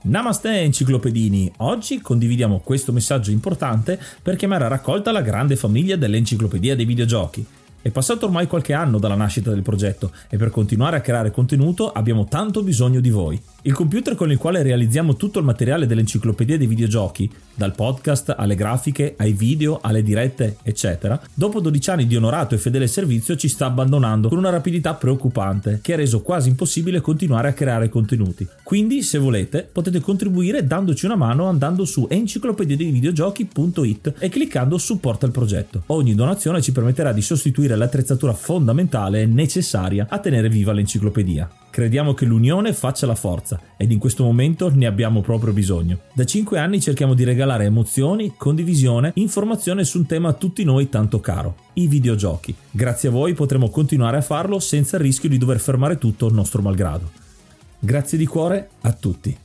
Namaste enciclopedini, oggi condividiamo questo messaggio importante per chiamare a raccolta la grande famiglia dell'enciclopedia dei videogiochi. È passato ormai qualche anno dalla nascita del progetto e per continuare a creare contenuto abbiamo tanto bisogno di voi. Il computer con il quale realizziamo tutto il materiale dell'enciclopedia dei videogiochi, dal podcast alle grafiche, ai video, alle dirette, eccetera, dopo 12 anni di onorato e fedele servizio ci sta abbandonando con una rapidità preoccupante che ha reso quasi impossibile continuare a creare contenuti. Quindi, se volete, potete contribuire dandoci una mano andando su enciclopediadeivideogiochi.it e cliccando supporta il progetto. Ogni donazione ci permetterà di sostituire l'attrezzatura fondamentale e necessaria a tenere viva l'enciclopedia. Crediamo che l'unione faccia la forza ed in questo momento ne abbiamo proprio bisogno. Da 5 anni cerchiamo di regalare emozioni, condivisione, informazione su un tema a tutti noi tanto caro, i videogiochi. Grazie a voi potremo continuare a farlo senza il rischio di dover fermare tutto nostro malgrado. Grazie di cuore a tutti.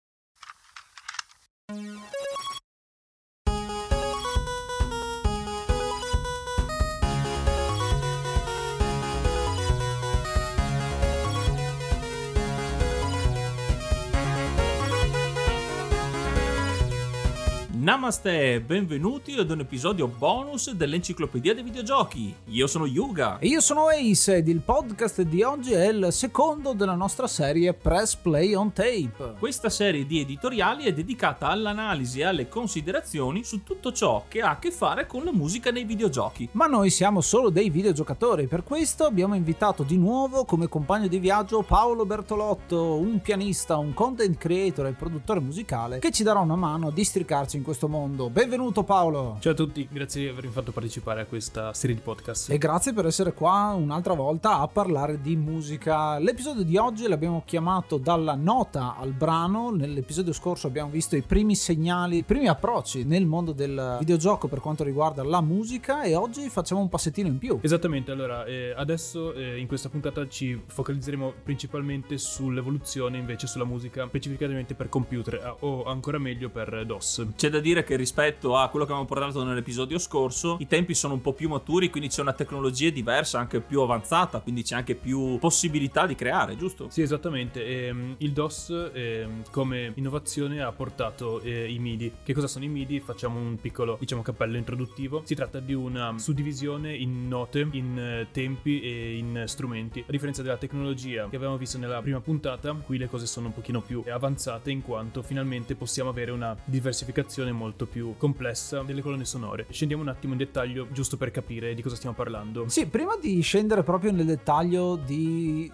Namaste, benvenuti ad un episodio bonus dell'enciclopedia dei videogiochi. Io sono Yuga. E io sono Ace ed il podcast di oggi è il secondo della nostra serie Press Play on Tape. Questa serie di editoriali è dedicata all'analisi e alle considerazioni su tutto ciò che ha a che fare con la musica nei videogiochi. Ma noi siamo solo dei videogiocatori, per questo abbiamo invitato di nuovo come compagno di viaggio Paolo Bertolotto, un pianista, un content creator e produttore musicale che ci darà una mano a districarci in questo mondo. Benvenuto Paolo. Ciao a tutti, grazie di avermi fatto partecipare a questa serie di podcast. E grazie per essere qua un'altra volta a parlare di musica. L'episodio di oggi l'abbiamo chiamato Dalla nota al brano. Nell'episodio scorso abbiamo visto i primi segnali, i primi approcci nel mondo del videogioco per quanto riguarda la musica e oggi facciamo un passettino in più. Esattamente, allora adesso in questa puntata ci focalizzeremo principalmente sull'evoluzione invece sulla musica specificatamente per computer o ancora meglio per DOS. C'è da dire che rispetto a quello che avevamo portato nell'episodio scorso i tempi sono un po' più maturi, quindi c'è una tecnologia diversa, anche più avanzata, quindi c'è anche più possibilità di creare, giusto? Sì, esattamente. Il DOS come innovazione ha portato i MIDI. Che cosa sono i MIDI? Facciamo un piccolo, cappello introduttivo. Si tratta di una suddivisione in note, in tempi e in strumenti. A differenza della tecnologia che avevamo visto nella prima puntata, qui le cose sono un pochino più avanzate in quanto finalmente possiamo avere una diversificazione molto più complessa delle colonne sonore. Scendiamo un attimo in dettaglio giusto per capire di cosa stiamo parlando. Sì, prima di scendere proprio nel dettaglio di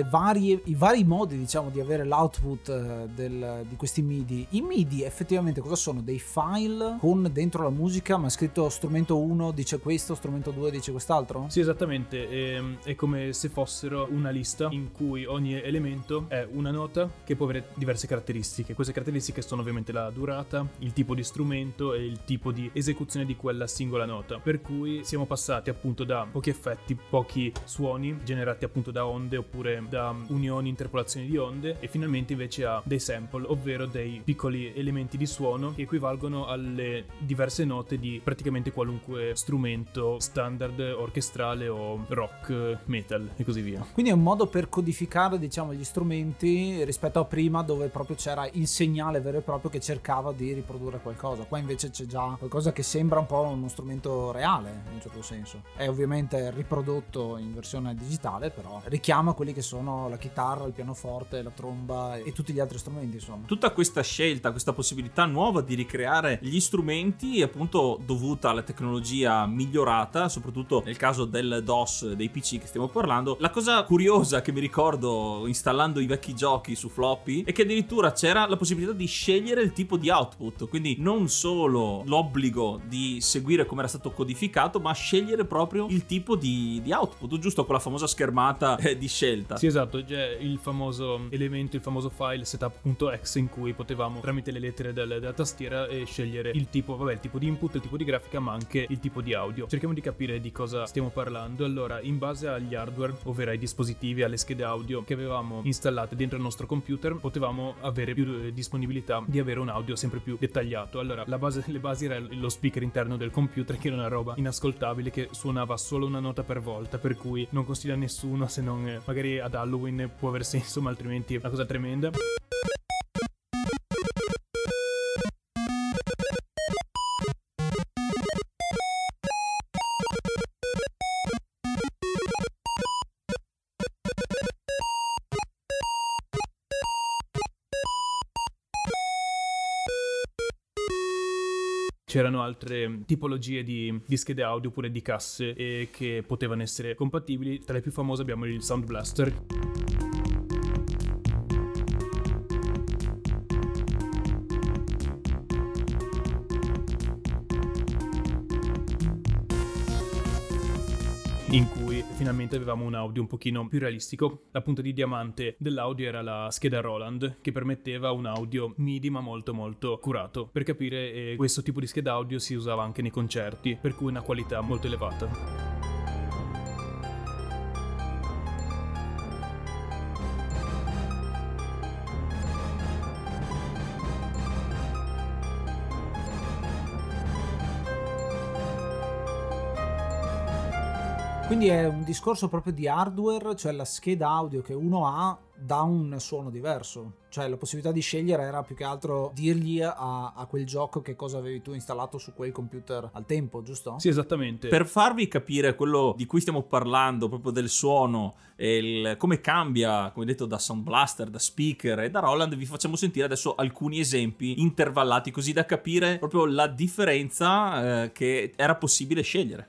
i vari modi, diciamo, di avere l'output di questi MIDI. I MIDI effettivamente cosa sono? Dei file con dentro la musica, ma scritto strumento 1 dice questo, strumento 2 dice quest'altro? Sì, esattamente. È come se fossero una lista in cui ogni elemento è una nota che può avere diverse caratteristiche. Queste caratteristiche sono ovviamente la durata, il tipo di strumento e il tipo di esecuzione di quella singola nota, per cui siamo passati appunto da pochi effetti, pochi suoni generati appunto da onde oppure da unioni, interpolazioni di onde e finalmente invece a dei sample, ovvero dei piccoli elementi di suono che equivalgono alle diverse note di praticamente qualunque strumento standard, orchestrale o rock, metal e così via. Quindi è un modo per codificare, diciamo, gli strumenti rispetto a prima dove proprio c'era il segnale vero e proprio che cercava di riprodurre qualcosa. Qua invece c'è già qualcosa che sembra un po' uno strumento reale in un certo senso. È ovviamente riprodotto in versione digitale, però richiama quelli che sono la chitarra, il pianoforte, la tromba e tutti gli altri strumenti, insomma. Tutta questa scelta, questa possibilità nuova di ricreare gli strumenti è appunto dovuta alla tecnologia migliorata, soprattutto nel caso del DOS, dei PC che stiamo parlando. La cosa curiosa che mi ricordo installando i vecchi giochi su floppy è che addirittura c'era la possibilità di scegliere il tipo di output, quindi non solo l'obbligo di seguire come era stato codificato, ma scegliere proprio il tipo di output, giusto con la famosa schermata di scelta. Sì, esatto, c'è il famoso elemento, il famoso file setup.exe in cui potevamo tramite le lettere della tastiera scegliere il tipo di input, il tipo di grafica, ma anche il tipo di audio. Cerchiamo di capire di cosa stiamo parlando. Allora, in base agli hardware, ovvero ai dispositivi, alle schede audio che avevamo installate dentro il nostro computer, potevamo avere più disponibilità di avere un audio sempre più dettagliato. Allora, le basi era lo speaker interno del computer, che era una roba inascoltabile, che suonava solo una nota per volta, per cui non consiglia a nessuno, se non magari ad Halloween può aver senso, ma altrimenti è una cosa tremenda. c'erano altre tipologie di schede audio oppure di casse che potevano essere compatibili. Tra le più famose abbiamo il Sound Blaster. In cui finalmente avevamo un audio un pochino più realistico. La punta di diamante dell'audio era la scheda Roland, che permetteva un audio MIDI ma molto molto curato. Per capire, questo tipo di scheda audio si usava anche nei concerti, per cui una qualità molto elevata. Quindi è un discorso proprio di hardware, cioè la scheda audio che uno ha dà un suono diverso, cioè la possibilità di scegliere era più che altro dirgli a quel gioco che cosa avevi tu installato su quel computer al tempo, giusto? Sì, esattamente. Per farvi capire quello di cui stiamo parlando, proprio del suono e come cambia, come detto, da Sound Blaster, da speaker e da Roland, vi facciamo sentire adesso alcuni esempi intervallati, così da capire proprio la differenza che era possibile scegliere.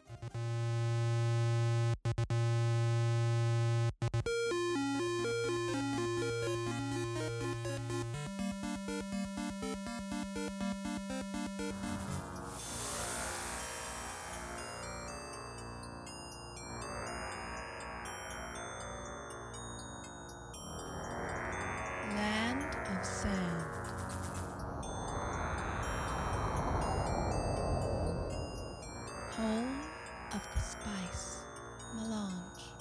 Home of the Spice Melange.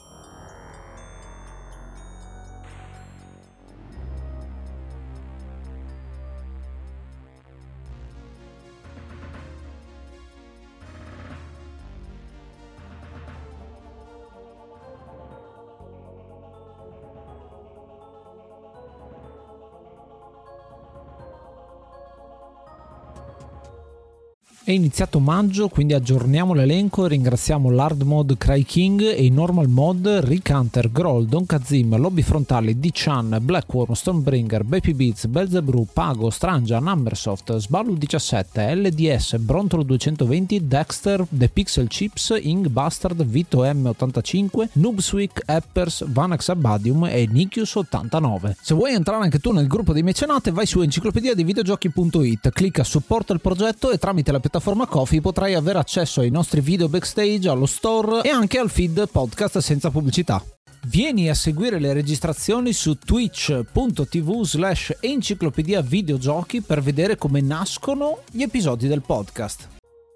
È iniziato maggio, quindi aggiorniamo l'elenco e ringraziamo l'hard mod Cry King e i normal mod Rick Hunter, Groll, Don Kazim, Lobby Frontali, D-Chan, Blackworm, Stormbringer, Baby Beats, Belzebrew, Pago, Strangia, Numbersoft, Sballu 17, LDS, Brontolo 220, Dexter, The Pixel Chips, Ing Bastard, Vito M85, Noobswick, Eppers, Vanax Abadium e Nikius 89. Se vuoi entrare anche tu nel gruppo dei mecenate, vai su enciclopedia dei videogiochi.it, clicca supporta il progetto e tramite la piattaforma Ko-fi potrai avere accesso ai nostri video backstage, allo store e anche al feed podcast senza pubblicità. Vieni a seguire le registrazioni su twitch.tv/enciclopedia videogiochi per vedere come nascono gli episodi del podcast.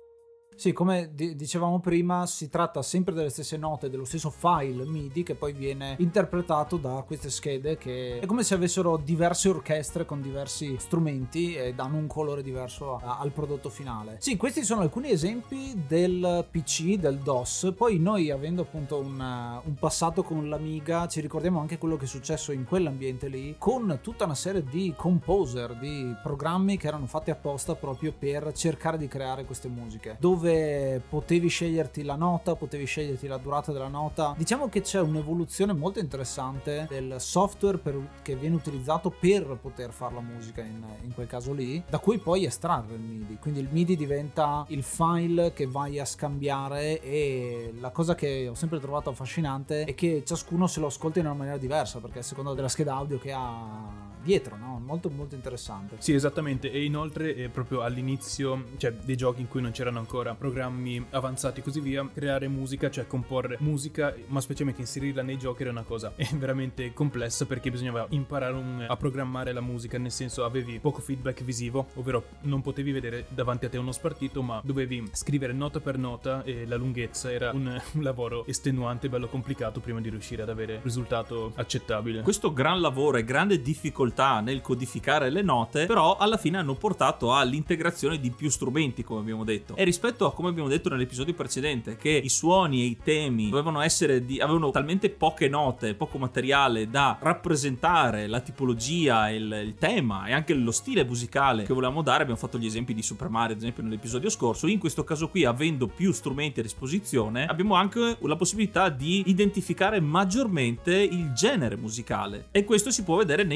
Sì, come dicevamo prima, si tratta sempre delle stesse note, dello stesso file MIDI che poi viene interpretato da queste schede, che è come se avessero diverse orchestre con diversi strumenti e danno un colore diverso al prodotto finale. Sì, questi sono alcuni esempi del PC, del DOS. Poi noi, avendo appunto un passato con l'Amiga, ci ricordiamo anche quello che è successo in quell'ambiente lì, con tutta una serie di composer, di programmi che erano fatti apposta proprio per cercare di creare queste musiche, dove potevi sceglierti la nota, potevi sceglierti la durata della nota. Diciamo che c'è un'evoluzione molto interessante del software che viene utilizzato per poter fare la musica in quel caso lì, da cui poi estrarre il MIDI. Quindi il MIDI diventa il file che vai a scambiare, e la cosa che ho sempre trovato affascinante è che ciascuno se lo ascolta in una maniera diversa, perché a seconda della scheda audio che ha dietro, no? Molto molto interessante. Sì, esattamente. E inoltre proprio all'inizio, cioè dei giochi in cui non c'erano ancora programmi avanzati e così via, creare musica, cioè comporre musica, ma specialmente inserirla nei giochi, era una cosa veramente complessa, perché bisognava imparare a programmare la musica, nel senso avevi poco feedback visivo, ovvero non potevi vedere davanti a te uno spartito, ma dovevi scrivere nota per nota e la lunghezza era un lavoro estenuante, bello complicato prima di riuscire ad avere risultato accettabile. Questo gran lavoro e grande difficoltà nel codificare le note però alla fine hanno portato all'integrazione di più strumenti, come abbiamo detto, e rispetto a come abbiamo detto nell'episodio precedente, che i suoni e i temi avevano talmente poche note, poco materiale da rappresentare la tipologia, il tema e anche lo stile musicale che volevamo dare. Abbiamo fatto gli esempi di Super Mario, ad esempio, nell'episodio scorso. In questo caso qui, avendo più strumenti a disposizione, abbiamo anche la possibilità di identificare maggiormente il genere musicale, e questo si può vedere nei giochi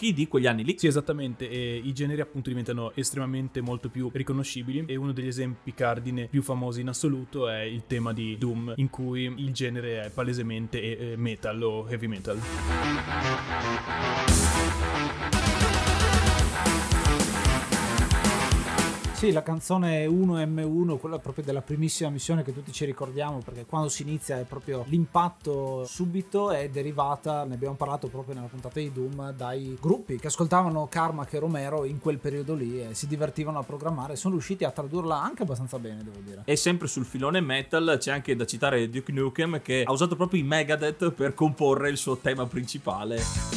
videogiochi di quegli anni lì. Sì, esattamente, e i generi appunto diventano estremamente molto più riconoscibili, e uno degli esempi cardine più famosi in assoluto è il tema di Doom, in cui il genere è palesemente metal o heavy metal. Sì, la canzone 1M1, quella proprio della primissima missione che tutti ci ricordiamo, perché quando si inizia è proprio l'impatto subito, è derivata, ne abbiamo parlato proprio nella puntata di Doom, dai gruppi che ascoltavano Carmack e Romero in quel periodo lì e si divertivano a programmare, sono riusciti a tradurla anche abbastanza bene, devo dire. E sempre sul filone metal c'è anche da citare Duke Nukem, che ha usato proprio i Megadeth per comporre il suo tema principale.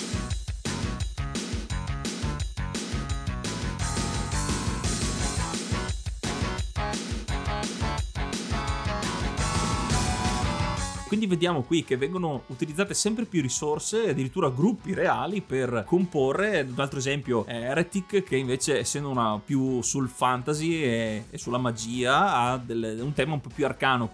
Quindi vediamo qui che vengono utilizzate sempre più risorse, addirittura gruppi reali per comporre. Un altro esempio è Heretic, che invece, essendo una più sul fantasy e sulla magia, ha un tema un po' più arcano.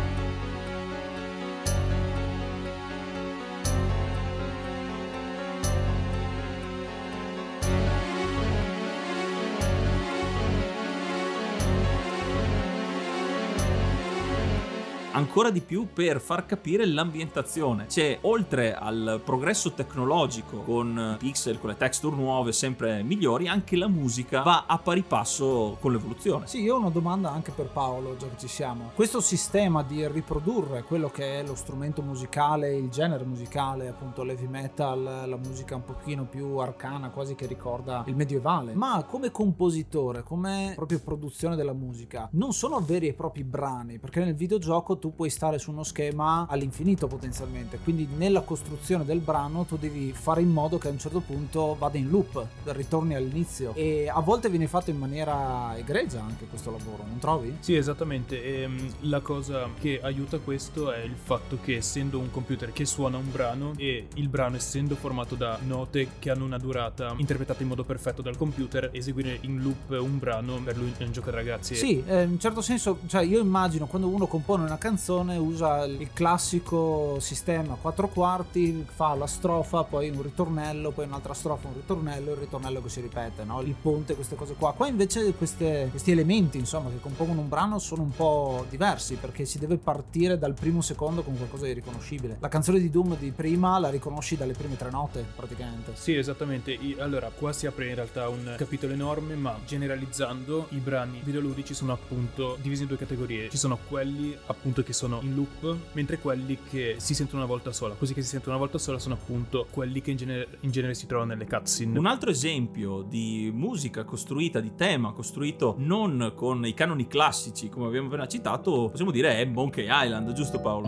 Ancora di più per far capire l'ambientazione. C'è, oltre al progresso tecnologico con pixel, con le texture nuove sempre migliori, anche la musica va a pari passo con l'evoluzione. Sì, io ho una domanda anche per Paolo, già che ci siamo. Questo sistema di riprodurre quello che è lo strumento musicale, il genere musicale, appunto l'heavy metal, la musica un pochino più arcana, quasi che ricorda il medievale, ma come compositore, come proprio produzione della musica, non sono veri e propri brani, perché nel videogioco tu puoi stare su uno schema all'infinito potenzialmente, quindi nella costruzione del brano tu devi fare in modo che a un certo punto vada in loop, ritorni all'inizio, e a volte viene fatto in maniera egregia anche questo lavoro, non trovi? Sì, esattamente, e la cosa che aiuta questo è il fatto che, essendo un computer che suona un brano, e il brano essendo formato da note che hanno una durata interpretata in modo perfetto dal computer, eseguire in loop un brano per lui è un gioco da ragazzi. Sì, in un certo senso, cioè io immagino quando uno compone una canzone usa il classico sistema 4/4, fa la strofa, poi un ritornello, poi un'altra strofa, un ritornello, il ritornello che si ripete, no? Il ponte, queste cose qua. Qua invece questi elementi, insomma, che compongono un brano sono un po' diversi, perché si deve partire dal primo secondo con qualcosa di riconoscibile. La canzone di Doom di prima la riconosci dalle prime 3 note praticamente. Sì, esattamente. Allora, qua si apre in realtà un capitolo enorme, ma generalizzando, i brani videoludici sono appunto divisi in 2 categorie. Ci sono quelli appunto che sono in loop, mentre quelli che si sentono una volta sola. Così che si sentono una volta sola sono appunto quelli che in genere si trovano nelle cutscene. Un altro esempio di musica costruita, di tema costruito non con i canoni classici come abbiamo appena citato, possiamo dire è Monkey Island, giusto Paolo?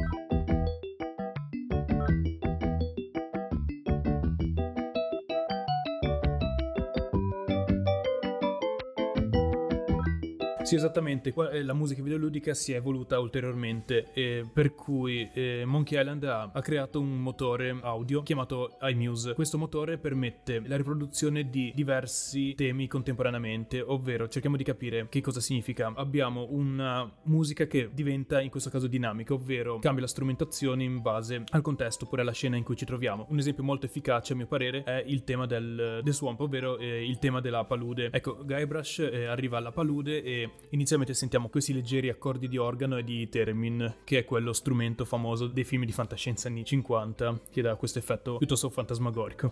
Sì, esattamente. La musica videoludica si è evoluta ulteriormente, per cui Monkey Island ha creato un motore audio chiamato iMuse. Questo motore permette la riproduzione di diversi temi contemporaneamente, ovvero cerchiamo di capire che cosa significa. Abbiamo una musica che diventa in questo caso dinamica, ovvero cambia la strumentazione in base al contesto oppure alla scena in cui ci troviamo. Un esempio molto efficace a mio parere è il tema del swamp, ovvero il tema della palude. Ecco, Guybrush arriva alla palude e inizialmente sentiamo questi leggeri accordi di organo e di theremin, che è quello strumento famoso dei film di fantascienza anni 50 che dà questo effetto piuttosto fantasmagorico.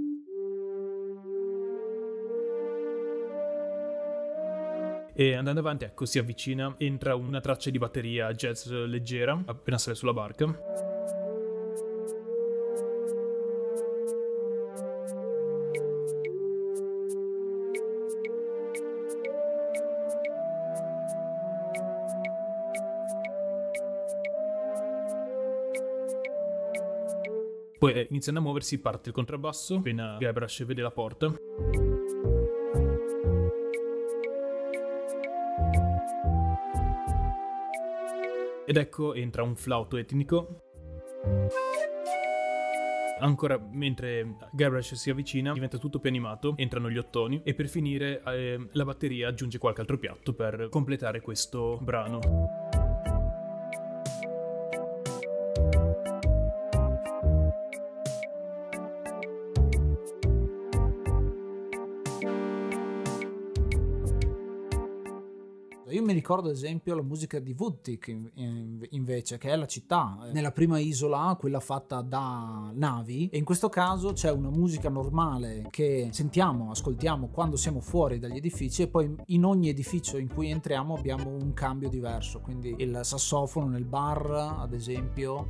E andando avanti, ecco, si avvicina, entra una traccia di batteria jazz leggera appena sale sulla barca. Poi iniziando a muoversi parte il contrabbasso, appena Guybrush vede la porta. Ed ecco entra un flauto etnico. Ancora mentre Guybrush si avvicina diventa tutto più animato, entrano gli ottoni e per finire la batteria aggiunge qualche altro piatto per completare questo brano. Io mi ricordo ad esempio la musica di Woodtick invece, che è la città, nella prima isola, quella fatta da navi, e in questo caso c'è una musica normale che ascoltiamo quando siamo fuori dagli edifici, e poi in ogni edificio in cui entriamo abbiamo un cambio diverso, quindi il sassofono nel bar ad esempio.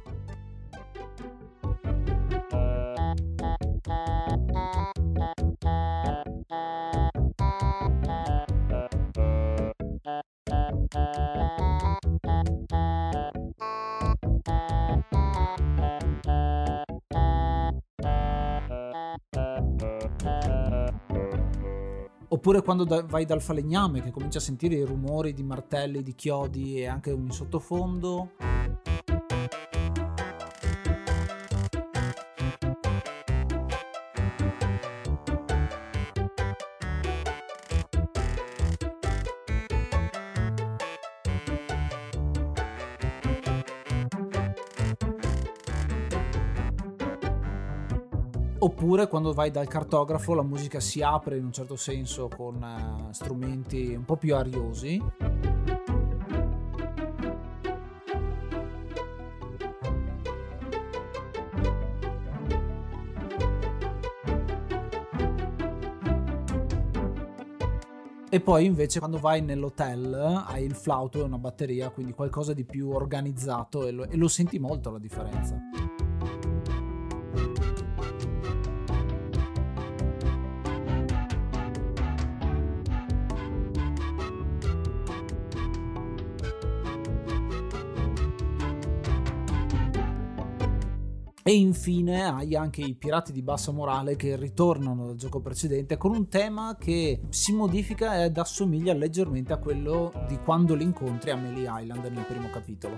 Oppure quando vai dal falegname, che cominci a sentire i rumori di martelli, di chiodi e anche un sottofondo. Oppure quando vai dal cartografo la musica si apre in un certo senso con strumenti un po' più ariosi. E poi invece quando vai nell'hotel hai il flauto e una batteria, quindi qualcosa di più organizzato, e lo senti molto la differenza. E infine hai anche i pirati di bassa morale che ritornano dal gioco precedente con un tema che si modifica ed assomiglia leggermente a quello di quando li incontri a Melee Island nel primo capitolo.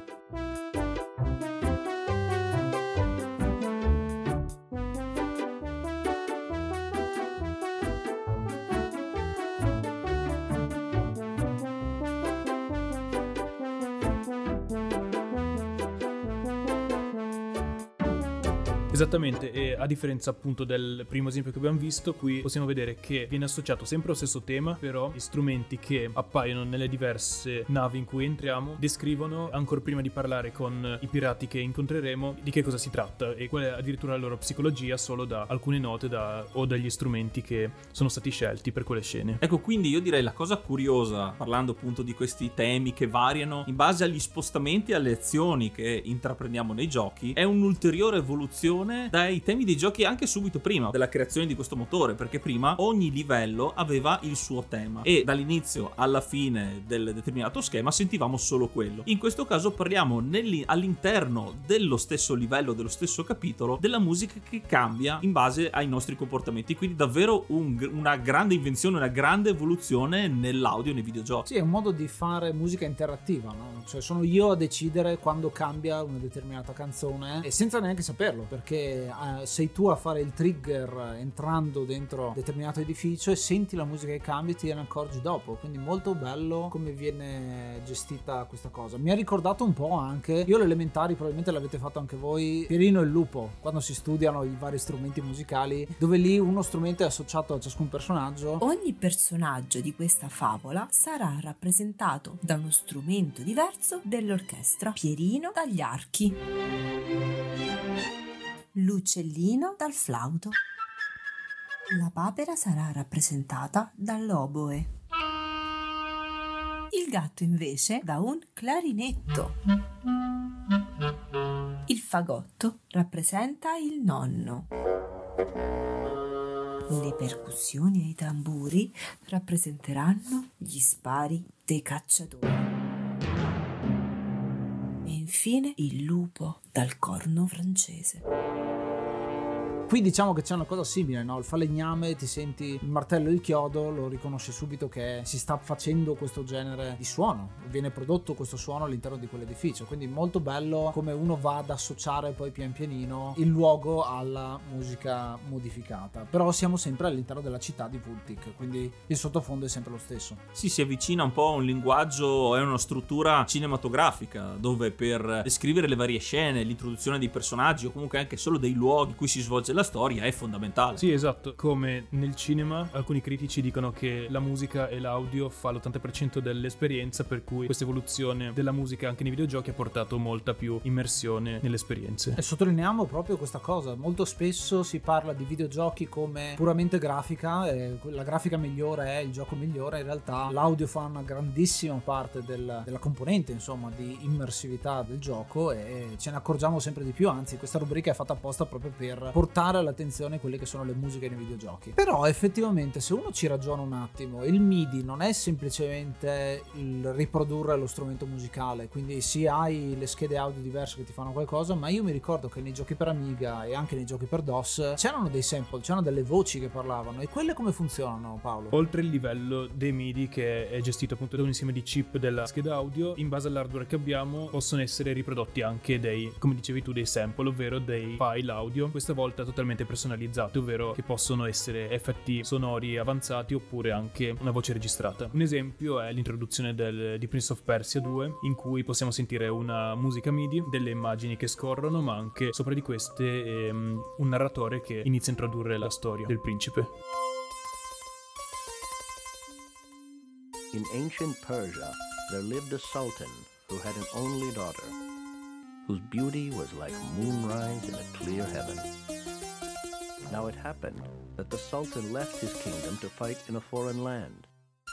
Esattamente, e a differenza appunto del primo esempio che abbiamo visto, qui possiamo vedere che viene associato sempre allo stesso tema, però gli strumenti che appaiono nelle diverse navi in cui entriamo descrivono, ancora prima di parlare con i pirati che incontreremo, di che cosa si tratta e qual è addirittura la loro psicologia solo da alcune note o dagli strumenti che sono stati scelti per quelle scene. Ecco, quindi io direi la cosa curiosa, parlando appunto di questi temi che variano in base agli spostamenti e alle azioni che intraprendiamo nei giochi, è un'ulteriore evoluzione dai temi dei giochi anche subito prima della creazione di questo motore, perché prima ogni livello aveva il suo tema e dall'inizio alla fine del determinato schema sentivamo solo quello. In questo caso parliamo all'interno dello stesso livello, dello stesso capitolo, della musica che cambia in base ai nostri comportamenti, quindi davvero una grande invenzione, una grande evoluzione nell'audio nei videogiochi. Sì, è un modo di fare musica interattiva, no? Cioè sono io a decidere quando cambia una determinata canzone e senza neanche saperlo, perché sei tu a fare il trigger entrando dentro determinato edificio e senti la musica che cambia e ti ne accorgi dopo, quindi molto bello come viene gestita questa cosa. Mi ha ricordato un po' anche, io le elementari probabilmente l'avete fatto anche voi, Pierino e il Lupo, quando si studiano i vari strumenti musicali, dove lì uno strumento è associato a ciascun personaggio. Ogni personaggio di questa favola sarà rappresentato da uno strumento diverso dell'orchestra. Pierino dagli archi, l'uccellino dal flauto, la papera sarà rappresentata dall'oboe, il gatto invece da un clarinetto, il fagotto rappresenta il nonno, le percussioni e i tamburi rappresenteranno gli spari dei cacciatori e infine il lupo dal corno francese. Qui diciamo che c'è una cosa simile, no? Il falegname, ti senti il martello e il chiodo, lo riconosci subito che si sta facendo questo genere di suono, viene prodotto questo suono all'interno di quell'edificio, quindi molto bello come uno va ad associare poi pian pianino il luogo alla musica modificata, però siamo sempre all'interno della città di Woodtick, quindi il sottofondo è sempre lo stesso. Sì, si avvicina un po' a un linguaggio e una struttura cinematografica, dove per descrivere le varie scene, l'introduzione dei personaggi o comunque anche solo dei luoghi in cui si svolge della storia è fondamentale. Sì, esatto, come nel cinema alcuni critici dicono che la musica e l'audio fa l'80% dell'esperienza, per cui questa evoluzione della musica anche nei videogiochi ha portato molta più immersione nelle esperienze. E sottolineiamo proprio questa cosa, molto spesso si parla di videogiochi come puramente grafica, la grafica migliore è il gioco migliore, in realtà l'audio fa una grandissima parte della componente, insomma, di immersività del gioco, e ce ne accorgiamo sempre di più, anzi questa rubrica è fatta apposta proprio per portare all'attenzione quelle che sono le musiche nei videogiochi. Però effettivamente, se uno ci ragiona un attimo, il MIDI non è semplicemente il riprodurre lo strumento musicale, quindi sì, hai le schede audio diverse che ti fanno qualcosa, ma io mi ricordo che nei giochi per Amiga e anche nei giochi per DOS c'erano dei sample, c'erano delle voci che parlavano. E quelle come funzionano, Paolo? Oltre il livello dei MIDI, che è gestito appunto da un insieme di chip della scheda audio, in base all'hardware che abbiamo possono essere riprodotti anche dei, come dicevi tu, dei sample, ovvero dei file audio, questa volta totalmente personalizzati, ovvero che possono essere effetti sonori avanzati oppure anche una voce registrata. Un esempio è l'introduzione di Prince of Persia 2, in cui possiamo sentire una musica MIDI, delle immagini che scorrono, ma anche sopra di queste un narratore che inizia a introdurre la storia del principe. In ancient Persia, there lived a sultan who had an only daughter, whose beauty was like moonrise in a clear heaven. Now it happened that the sultan left his kingdom to fight in a foreign land.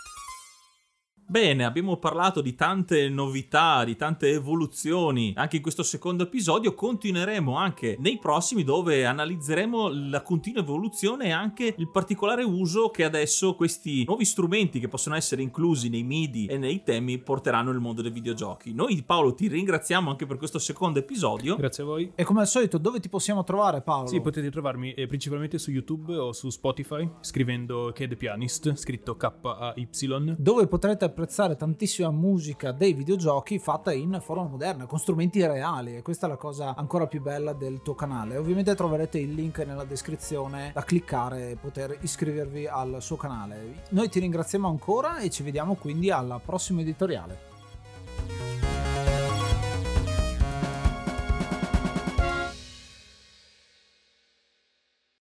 Bene, abbiamo parlato di tante novità, di tante evoluzioni anche in questo secondo episodio. Continueremo anche nei prossimi, dove analizzeremo la continua evoluzione e anche il particolare uso che adesso questi nuovi strumenti, che possono essere inclusi nei MIDI e nei temi, porteranno nel mondo dei videogiochi. Noi, Paolo, ti ringraziamo anche per questo secondo episodio. Grazie a voi. E come al solito, dove ti possiamo trovare, Paolo? Sì, potete trovarmi principalmente su YouTube o su Spotify scrivendo K The Pianist, scritto K-A-Y, dove potrete apprezzare tantissima musica dei videogiochi fatta in forma moderna, con strumenti reali, e questa è la cosa ancora più bella del tuo canale. Ovviamente troverete il link nella descrizione da cliccare e poter iscrivervi al suo canale. Noi ti ringraziamo ancora e ci vediamo quindi alla prossima editoriale.